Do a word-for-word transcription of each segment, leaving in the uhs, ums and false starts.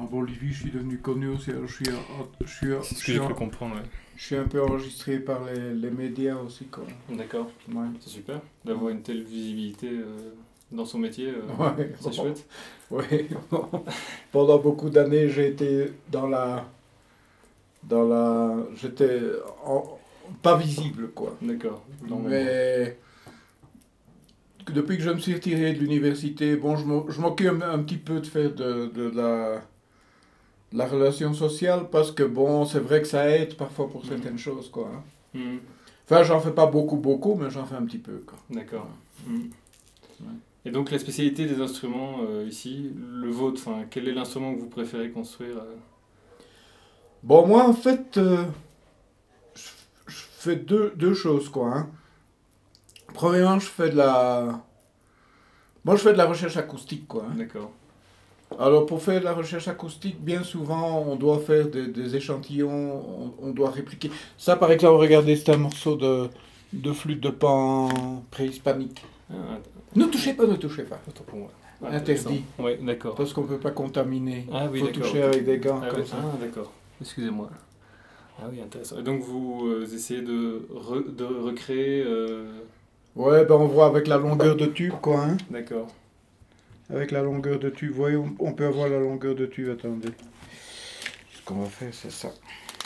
Bolivie, je suis devenu connu aussi. Alors, je suis, je suis, C'est ce je que j'ai suis, cru comprendre, ouais. je suis un peu enregistré par les, les médias aussi, quoi. D'accord. Ouais. C'est super d'avoir une telle visibilité euh, dans son métier. Euh, Ouais, c'est bon. chouette. Ouais, bon. Pendant beaucoup d'années, j'ai été dans la, dans la, j'étais en- pas visible, quoi. D'accord. Dans l'ombre. Mais depuis que je me suis retiré de l'université, bon, je m'o- je m'occupe un, un petit peu de faire de, de la, de la relation sociale parce que bon, c'est vrai que ça aide parfois pour Mhm. certaines choses, quoi. hein. Mhm. Enfin, j'en fais pas beaucoup, beaucoup, mais j'en fais un petit peu, quoi. D'accord. Voilà. Mhm. Ouais. Et donc la spécialité des instruments euh, ici, le vôtre, enfin, quel est l'instrument que vous préférez construire euh Bon, moi, en fait, euh, je, je fais deux, deux choses, quoi. hein. Premièrement, je fais de la... Moi, je fais de la recherche acoustique, quoi. hein. D'accord. Alors, pour faire de la recherche acoustique, bien souvent, on doit faire des, des échantillons, on, on doit répliquer. Ça, par exemple, regardez, c'est un morceau de, de flûte de pan préhispanique. Ah, Ne touchez pas, ne touchez pas. autant pour moi. Interdit. Oui, d'accord. Parce qu'on ne peut pas contaminer. Ah oui, Il faut d'accord. toucher ok. avec des gants Ah, comme oui, ça. ah, d'accord. Excusez-moi. Ah oui, intéressant. Et donc vous euh, essayez de, re- de recréer... euh, Ouais, ben on voit avec la longueur de tube, quoi. Hein. D'accord. Avec la longueur de tube, vous voyez, on, on peut avoir la longueur de tube. Attendez. Ce qu'on va faire, c'est ça.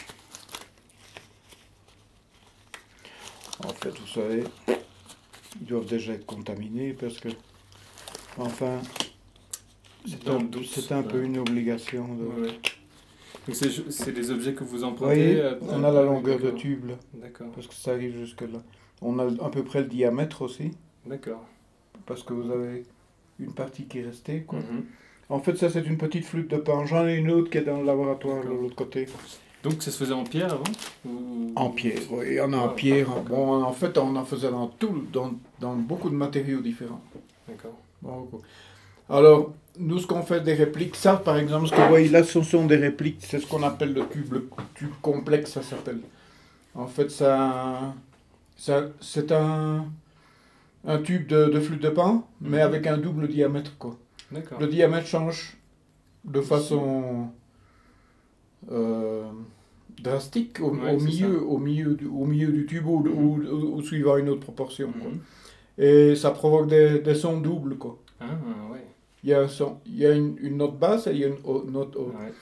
En fait, vous savez, ils doivent déjà être contaminés parce que, enfin, c'est Dans un, le doute, c'est un peu ouais. une obligation. De... Ouais, ouais. Donc c'est c'est des objets que vous Vous empruntez voyez, à- on à- a la ah oui, longueur de d'accord. tube là, D'accord. parce que ça arrive jusque là. On a à peu près le diamètre aussi, D'accord. parce que vous avez une partie qui est restée, quoi. Mhm. En fait, ça c'est une petite flûte de pan. J'en ai une autre qui est dans le laboratoire de D'accord. l'autre côté. Donc ça se faisait en pierre avant ou... En pierre, oui, il y en a en Ah, pierre. d'accord. Bon, en fait, on en faisait dans tout, dans, dans beaucoup de matériaux différents. D'accord. Bon, beaucoup. Alors, nous, ce qu'on fait des répliques, ça, par exemple, ce que vous voyez là, ce sont des répliques. C'est ce qu'on appelle le tube, le tube complexe, ça s'appelle. En fait, ça, ça, c'est un, un tube de, de flûte de pan, mais Mhm. avec un double diamètre, quoi. D'accord. Le diamètre change de façon euh, drastique au, Ouais, au c'est milieu, ça. au, milieu du, au milieu du tube ou, Mhm. ou, ou- ou suivant une autre proportion, quoi. Mhm. Et ça provoque des, des sons doubles, quoi. Ah ouais. Il y a un son, il y a une, une note basse et il y a une haute- note haute. Ouais.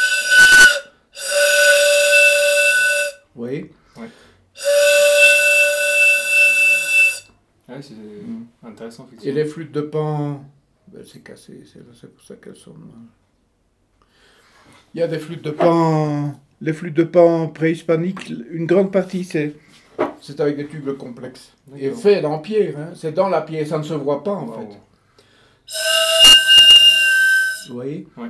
Vous voyez? Ouais. Ah ouais, c'est Mm. intéressant, Et effectivement. les flûtes de pan, ben, c'est cassé, c'est c'est pour ça qu'elles sont mal. Il y a des flûtes de pan, les flûtes de pan préhispaniques, une grande partie c'est c'est avec des tubes complexes. Et D'accord. fait en pierre, hein. C'est dans la pierre, ça ne se voit pas en Waouh. fait. Vous voyez? Ouais.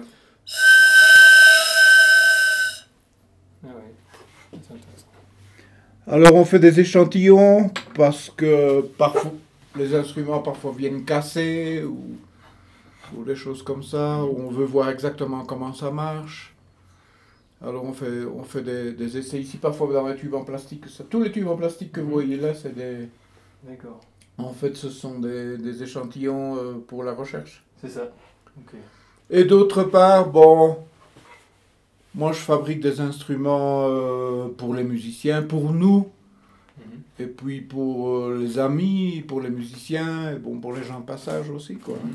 Ah ouais. C'est intéressant. Alors on fait des échantillons parce que parfois les instruments parfois viennent casser ou, ou des choses comme ça, où on veut voir exactement comment ça marche. Alors on fait, on fait des, des essais ici, parfois dans les tubes en plastique. Ça. Tous les tubes en plastique que vous voyez là, c'est des... D'accord. En fait, ce sont des, des échantillons euh, pour la recherche. C'est ça. Ok. Et d'autre part, bon, moi je fabrique des instruments euh, pour les musiciens, pour nous, Mhm. et puis pour euh, les amis, pour les musiciens, et bon, pour les gens de passage aussi, quoi. Mhm.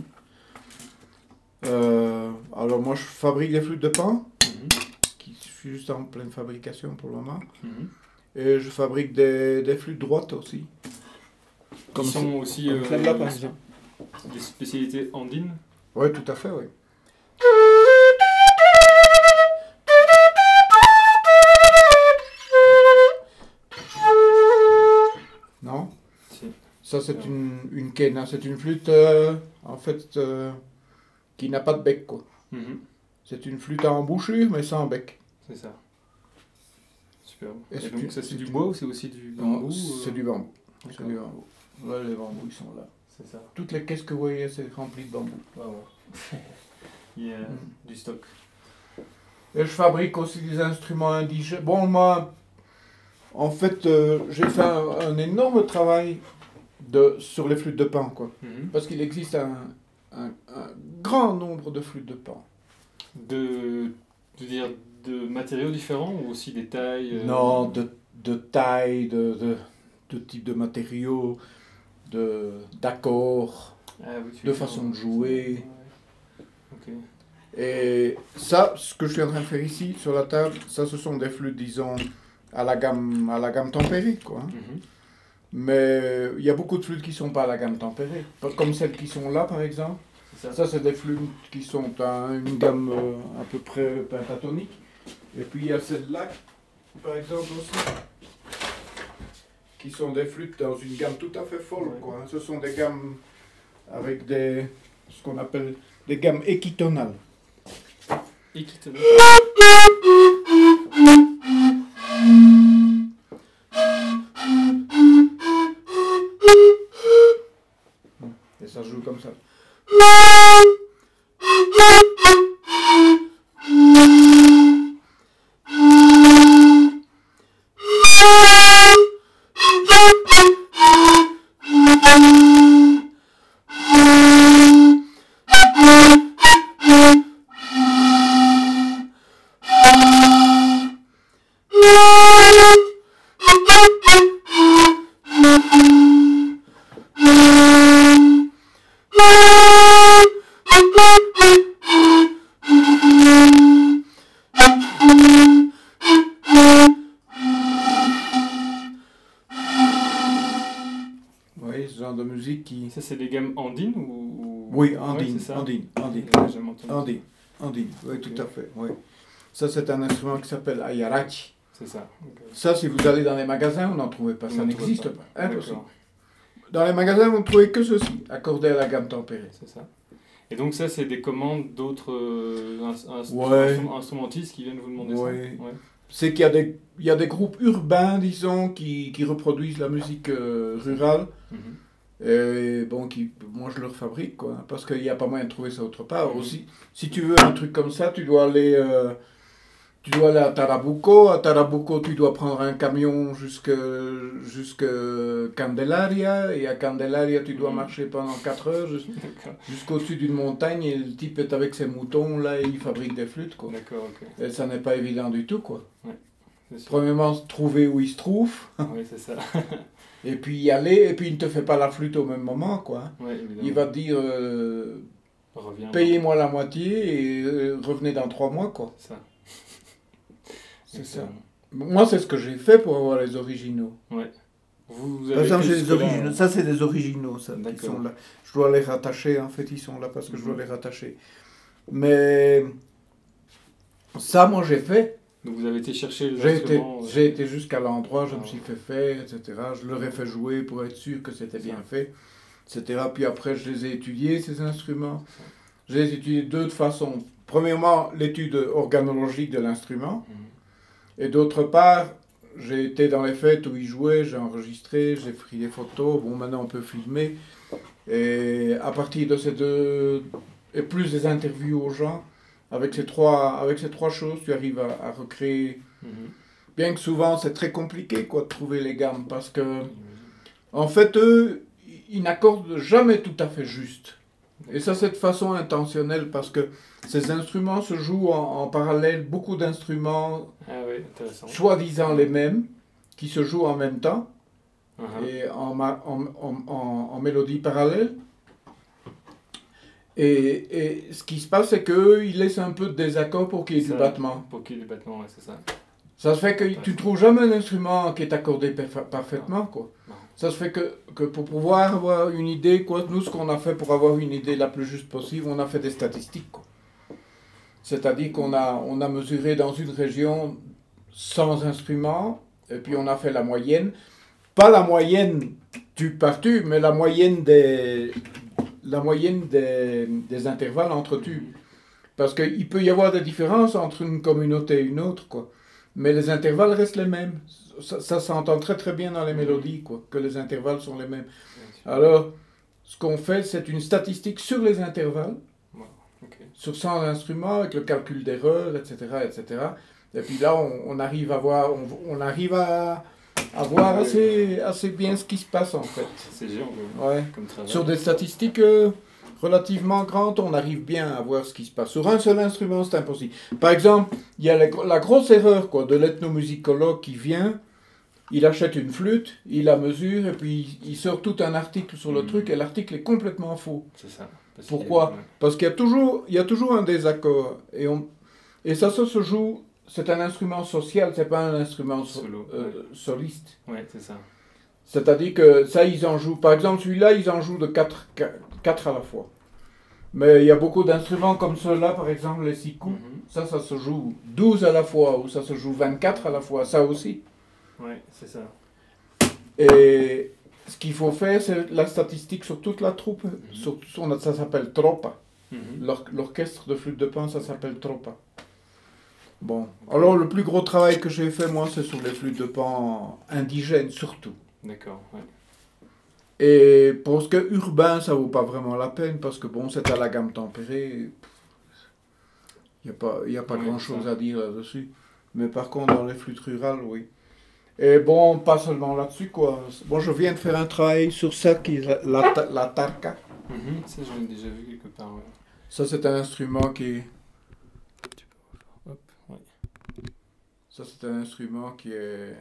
Euh, alors moi je fabrique des flûtes de pan, Mhm. qui je suis juste en pleine fabrication pour le moment, Mhm. et je fabrique des, des flûtes droites aussi. Qui sont aussi Comme euh, celle-là par exemple. des spécialités andines. Oui, tout à fait, oui. Non? Si. Ça, c'est Non. une, une quena. C'est une flûte, euh, en fait, euh, qui n'a pas de bec, quoi. Mhm. C'est une flûte à embouchure, mais sans bec. C'est ça. Superbe. Et Et, c'est donc une- ça c'est c'est du une- bois ou c'est aussi du Non, bambou c'est euh, du bambou. C'est D'accord. du bambou. Là, les bambous, ils sont là. C'est ça. Toutes les caisses que vous voyez, c'est rempli de bambou. Waouh. Il y a Mm. du stock. Et je fabrique aussi des instruments indigènes. Bon, moi, en fait, euh, j'ai fait un, un énorme travail de, sur les flûtes de pan, quoi. Mhm. Parce qu'il existe un, un, un grand nombre de flûtes de pan. De, de dire de matériaux différents ou aussi des tailles euh... Non, de, de taille, de, de, de type de matériaux, de, d'accords, ah, oui, tu de fais façon un- de jouer. Ok. Et ça, ce que je suis en train de faire ici, sur la table, ça, ce sont des flûtes, disons, à la gamme, à la gamme tempérée, quoi. hein. Mhm. Mais il y a beaucoup de flûtes qui ne sont pas à la gamme tempérée. Pas comme celles qui sont là, par exemple. C'est ça. Ça, c'est des flûtes qui sont à une gamme euh, à peu près pentatonique. Et puis il y a celles-là, par exemple aussi, qui sont des flûtes dans une gamme tout à fait folle. Ouais. Quoi. hein. Ce sont des gammes avec des, ce qu'on appelle des gammes équitonales. Et qui te Et ça se joue comme ça. Oui, ce genre de musique qui... Ça, c'est des gammes andines ou... Oui, Ouais, andine, c'est ça. andine, andine. Ouais, j'ai jamais entendu. Andine, andine, oui, Ok. tout à fait. Oui. Ça, c'est un instrument qui s'appelle ayarachi. C'est ça. Ok. Ça, si vous allez dans les magasins, vous n'en trouvez pas. On Ça en n'existe trouve pas. Impossible. D'accord, Dans les magasins, vous ne trouvez que ceci, accordé à la gamme tempérée. c'est ça. Et donc ça, c'est des commandes d'autres euh, ins- ins- Ouais. instrum- instrumentistes qui viennent vous demander Ouais. ça. Ouais. C'est qu'il y a des, il y a des groupes urbains, disons, qui, qui reproduisent la musique euh, rurale. Mhm. Et bon, qui, moi, je leur fabrique, quoi. Parce qu'il n'y a pas moyen de trouver ça autre part. Mhm. Aussi, si tu veux un truc comme ça, tu dois aller... euh, Tu dois aller à Tarabuco. À Tarabuco, tu dois prendre un camion jusque, jusque Candelaria. Et à Candelaria, tu dois Mhm. marcher pendant quatre heures jus- D'accord. jusqu'au-dessus d'une montagne. Et le type est avec ses moutons, là, et il fabrique des flûtes, quoi. D'accord, ok. Et ça n'est pas évident du tout, quoi. C'est sûr. Premièrement, trouver où il se trouve. Oui, c'est ça. Et puis y aller. Et puis il ne te fait pas la flûte au même moment, quoi. Ouais, évidemment. Il va te dire, euh, Reviens. payez-moi la moitié et euh, revenez dans trois mois, quoi. Ça. C'est ça. Excellent. Moi, c'est ce que j'ai fait pour avoir les originaux. Ouais. Vous, vous avez Par exemple, été j'ai des jusque-là, originaux. hein. Ça, c'est des originaux, ça, qui D'accord. sont là. Je dois les rattacher, en fait, ils sont là parce que je dois Mhm. les rattacher. Mais ça, moi, j'ai fait. Donc vous avez été chercher les J'ai été, instruments. euh, j'ai été jusqu'à l'endroit, je me Ah. suis fait faire, et cetera. Je leur ai fait jouer pour être sûr que c'était bien Ça. fait, et cetera. Puis après, je les ai étudiés, ces instruments. Je les ai étudiés de deux façons. Premièrement, l'étude organologique de l'instrument. Mhm. Et d'autre part, j'ai été dans les fêtes où ils jouaient, j'ai enregistré, j'ai pris des photos. Bon, maintenant on peut filmer. Et à partir de ces deux, et plus des interviews aux gens, avec ces trois, avec ces trois choses, tu arrives à, à recréer. Mhm. Bien que souvent c'est très compliqué, quoi, de trouver les gammes, parce que, J'imagine. en fait, eux, ils n'accordent jamais tout à fait juste. Et ça, c'est de façon intentionnelle, parce que ces instruments se jouent en, en parallèle, beaucoup d'instruments Ah oui, intéressant. soi-disant les mêmes, qui se jouent en même temps, Uh-huh. et en, ma- en, en, en, en mélodie parallèle. Et, et ce qui se passe, c'est qu'eux, ils laissent un peu de désaccord pour qu'il y ait du Ça, battement. Pour qu'il y ait du battement, ouais, c'est ça. Ça se fait que tu ne trouves jamais un instrument qui est accordé perfa- parfaitement, quoi. Non. Ça se fait que, que pour pouvoir avoir une idée, quoi, nous, ce qu'on a fait pour avoir une idée la plus juste possible, on a fait des statistiques, quoi. C'est-à-dire qu'on a, on a mesuré dans une région cent instruments, et puis on a fait la moyenne. Pas la moyenne du par tube, mais la moyenne des, la moyenne des, des intervalles entre tubes. Parce qu'il peut y avoir des différences entre une communauté et une autre, quoi. Mais les intervalles restent les mêmes. Ça, ça s'entend très très bien dans les mélodies, quoi, que les intervalles sont les mêmes. Bien sûr. Alors, ce qu'on fait, c'est une statistique sur les intervalles, Ok. sur cent instruments, avec le calcul d'erreurs, et cetera, et cetera. Et puis là, on, on arrive à voir, on, on arrive à, à voir assez, assez bien ce qui se passe, en fait. C'est géant, quoi, Ouais. comme travail. Sur des statistiques, euh, relativement grande, on arrive bien à voir ce qui se passe. Sur un seul instrument, c'est impossible. Par exemple, il y a la, la grosse erreur quoi, de l'ethnomusicologue qui vient, il achète une flûte, il la mesure, et puis il sort tout un article sur le Mhm. truc, et l'article est complètement faux. C'est ça. Parce Pourquoi? qu'il y a- ouais. Parce qu'il y a toujours, il y a toujours un désaccord. Et, on, et ça, ça se joue, c'est un instrument social, c'est pas un instrument so- Solo, euh, ouais. soliste. Ouais, c'est ça. C'est-à-dire que ça, ils en jouent. Par exemple, celui-là, ils en jouent de quatre à la fois. Mais il y a beaucoup d'instruments comme ceux-là, par exemple, les six coups. Mhm. Ça, ça se joue douze à la fois, ou ça se joue vingt-quatre à la fois, ça aussi. Ouais, c'est ça. Et ce qu'il faut faire, c'est la statistique sur toute la troupe. Sur, sur- ça s'appelle tropa. Mhm. L'or- L'orchestre de flûte de pan, ça s'appelle tropa. Bon. Alors, le plus gros travail que j'ai fait, moi, c'est sur les flûtes de pan indigènes, surtout. D'accord, ouais. Et pour ce qui est urbain, ça vaut pas vraiment la peine, parce que bon, c'est à la gamme tempérée. Il n'y a pas, y a pas Oui, grand-chose ça. à dire là-dessus. Mais par contre, dans les flûtes rurales, oui. Et bon, pas seulement là-dessus, quoi. Bon, je viens de faire un travail sur ça, qui est la, la, ta- la tarka. Mhm. Ça, je l'ai déjà vu quelque part, ouais. Ça, c'est un instrument qui... Tu peux- Hop, ouais. Ça, c'est un instrument qui est...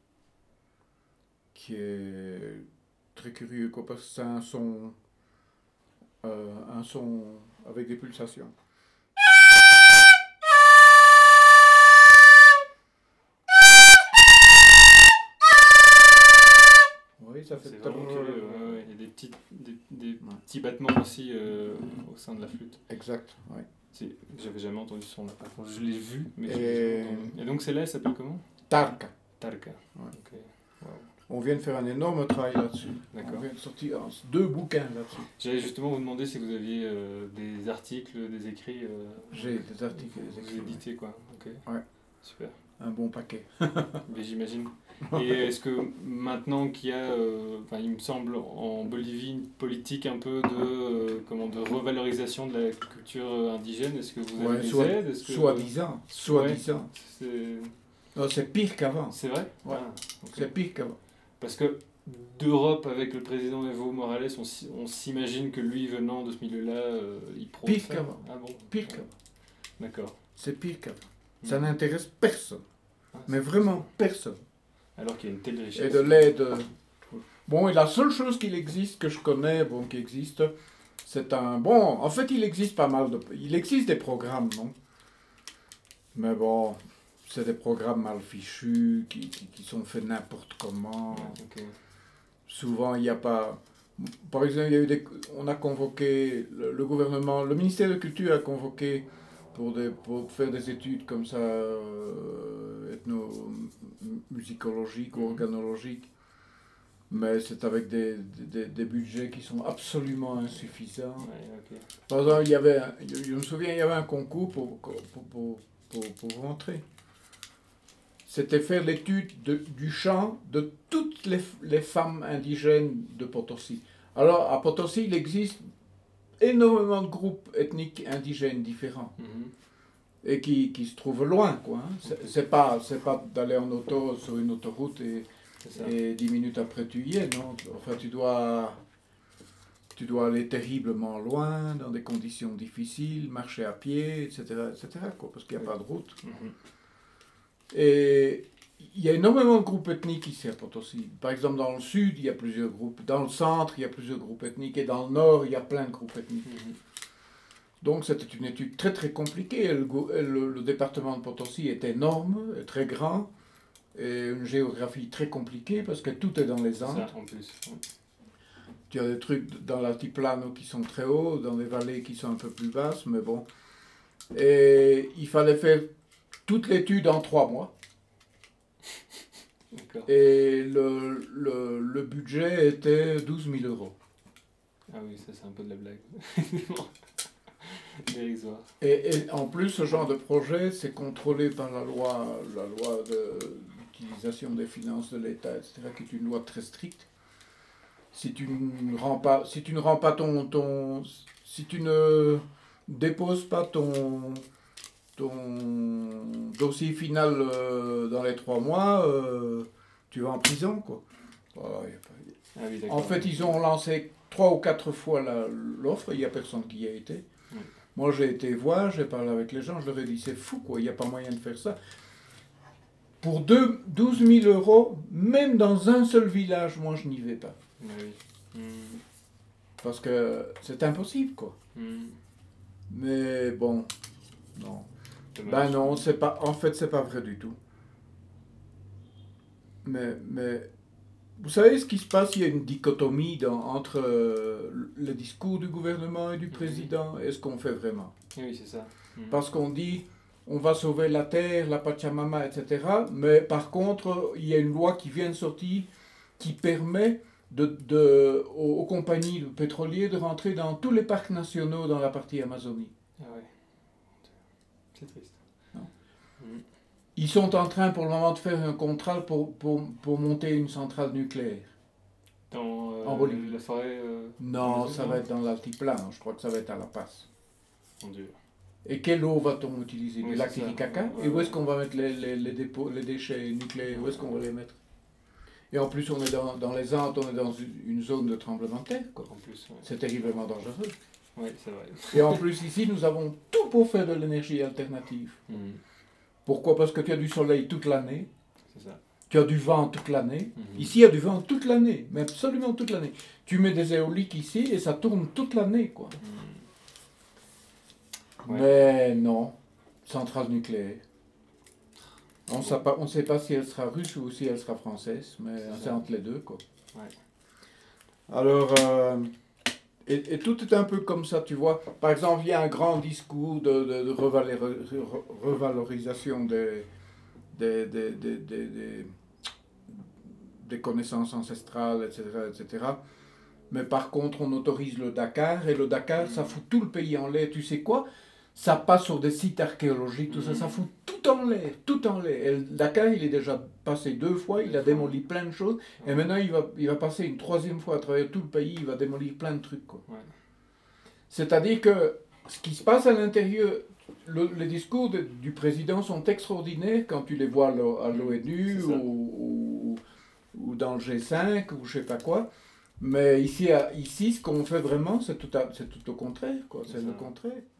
qui est très curieux, quoi, parce que c'est un son... euh, un son avec des pulsations. Oui, ça fait... C'est vraiment curieux, ouais, ouais. Il y a des petits, des, des petits battements aussi euh, au sein de la flûte. Exact, oui. C'est- J'avais jamais entendu ce son-là. Par contre, je l'ai vu, mais je Et- l'ai jamais entendu. Et donc celle-là, elle s'appelle comment? Tarka. Tarka. Ouais. Ok. Wow. On vient de faire un énorme travail là-dessus. D'accord. On vient de sortir euh, deux bouquins là-dessus. J'allais justement vous demander si vous aviez euh, des articles, des écrits. Euh, J'ai des articles et des vous écrits. éditez, quoi. Ok. Ouais. Super. Un bon paquet. Mais j'imagine. Et est-ce que maintenant qu'il y a, euh, enfin, il me semble en Bolivie une politique un peu de, euh, comment, de revalorisation de la culture indigène, est-ce que vous avez Ouais, des soit, aides? Est-ce que soi-disant. Soi-disant. Ouais, c'est Non, c'est pire qu'avant. c'est vrai? Ouais. Ah, ok. C'est pire qu'avant. Parce que d'Europe avec le président Evo Morales, on, s- on s'imagine que lui venant de ce milieu-là, euh, il prône Pire ça. qu'avant. Ah bon? Pire qu'avant. D'accord. C'est pire qu'avant. Ça Mhm. n'intéresse personne. Ah, Mais c'est- vraiment personne. Alors qu'il y a une telle Et richesse. de l'aide. euh, Bon, et la seule chose qu'il existe, que je connais, bon, qui existe, c'est un. Bon, en fait, il existe pas mal de. Il existe des programmes, non? Mais bon, c'est des programmes mal fichus, qui, qui, qui sont faits n'importe comment. Ouais, ok. Souvent, il n'y a pas. Par exemple, il y a eu des, on a convoqué, le, le gouvernement, le ministère de la Culture a convoqué pour, des, pour faire des études comme ça, euh, ethnomusicologiques ou Mhm. organologiques, mais c'est avec des, des, des budgets qui sont absolument insuffisants. Ouais, ok. Par exemple, il y avait, un- je, je me souviens, il y avait un concours pour, pour, pour, pour, pour rentrer. C'était faire l'étude de- du chant de toutes les, les femmes indigènes de Potosi. Alors, à Potosi, il existe énormément de groupes ethniques indigènes différents Mhm. et qui, qui se trouvent loin, quoi. Hein. C'est, c'est pas, c'est pas d'aller en auto sur une autoroute et, C'est ça. et dix minutes après tu y es, non. Enfin, tu dois, tu dois aller terriblement loin, dans des conditions difficiles, marcher à pied, et cetera, et cetera, quoi, parce qu'il n'y a Oui. pas de route. Mhm. Et il y a énormément de groupes ethniques ici à Potosi. Par exemple, dans le sud, il y a plusieurs groupes. Dans le centre, il y a plusieurs groupes ethniques. Et dans le nord, il y a plein de groupes ethniques. Mhm. Donc, c'était une étude très, très compliquée. Le, go- le- le département de Potosi est énorme, est très grand. Et une géographie très compliquée parce que tout est dans les C'est Andes. ça, en plus. Ouais. Tu as des trucs dans l'altiplano qui sont très hauts, dans des vallées qui sont un peu plus basses, mais bon. Et il fallait faire toute l'étude en trois mois. D'accord. Et le, le, le budget était douze mille euros. Ah oui, ça c'est un peu de la blague. Dérisoire. Et, et en plus, ce genre de projet, c'est contrôlé par la loi, la loi de- d'utilisation des finances de l'État, et cetera, qui est une loi très stricte. Si tu ne rends pas, si tu ne rends pas ton, ton, si tu ne déposes pas ton, ton dossier final euh, dans les trois mois, euh, tu vas en prison, quoi. Voilà, y a pas- Ah oui, d'accord. En fait, ils ont lancé trois ou quatre fois la- l'offre, il n'y a personne qui y a été. Oui. Moi, j'ai été voir, j'ai parlé avec les gens, je leur ai dit, c'est fou, quoi, il n'y a pas moyen de faire ça. Pour deux- douze mille euros, même dans un seul village, moi, je n'y vais pas. Ah oui. Hmm. Parce que c'est impossible, quoi. Hmm. Mais bon, non. Dommage. Ben non, c'est pas, en fait, c'est pas vrai du tout. Mais, mais vous savez ce qui se passe? Il y a une dichotomie dans- entre euh, le discours du gouvernement et du président et ce qu'on fait vraiment. Oui, c'est ça. Hmm. Parce qu'on dit, on va sauver la terre, la Pachamama, et cetera. Mais par contre, il y a une loi qui vient de sortir qui permet de, de, aux, aux compagnies pétrolières de rentrer dans tous les parcs nationaux dans la partie Amazonie. Ah ouais. C'est triste. Non. Hmm. Ils sont en train pour le moment de faire un contrat pour, pour, pour monter une centrale nucléaire. Dans euh, En Bolivie. la forêt. Euh, Non, Amazon, ça non va être dans l'altiplan, je crois que ça va être à La Paz. Mon Dieu. Et quelle eau va-t-on utiliser? Oui, Du lac c'est ça. Titicaca? Ouais, Et où ouais. est-ce qu'on va mettre les, les, les dépôts, les déchets nucléaires? Où est-ce qu'on va les mettre? Et en plus, on est dans, dans les Andes, on est dans une, une zone de tremblement de terre, quoi. En plus, ouais. C'est terriblement dangereux. Ouais, c'est vrai. Et en plus, ici, nous avons tout pour faire de l'énergie alternative. Hmm. Pourquoi? Parce que tu as du soleil toute l'année, C'est ça. tu as du vent toute l'année. Mhm. Ici, il y a du vent toute l'année, mais absolument toute l'année. Tu mets des éoliques ici et ça tourne toute l'année, quoi. Hmm. Ouais. Mais non, centrale nucléaire. On sait pas, on sait pas si elle sera russe ou si elle sera française, mais C'est c'est ça. entre les deux, quoi. Ouais. Alors, euh, et, et tout est un peu comme ça, tu vois. Par exemple, il y a un grand discours de, de, de revalor- re- revalorisation des, des, des, des, des, des- des connaissances ancestrales, et cetera, et cetera. Mais par contre, on autorise le Dakar, et le Dakar, ça fout tout le pays en l'air. Tu sais quoi? Ça passe sur des sites archéologiques, tout ça, ça fout tout en l'air, tout en l'air. Et le Dakar, il est déjà passé deux fois, il a démoli plein de choses, et maintenant il va, il va passer une troisième fois à travers tout le pays, il va démolir plein de trucs, quoi. Ouais. C'est-à-dire que ce qui se passe à l'intérieur, le- les discours de- du président sont extraordinaires quand tu les vois à l'O- à l'ONU C'est ça. ou, ou, ou dans le G cinq ou je sais pas quoi. Mais ici, à- ici ce qu'on fait vraiment, c'est tout, à- c'est tout au contraire, quoi. C'est C'est le ça. contraire.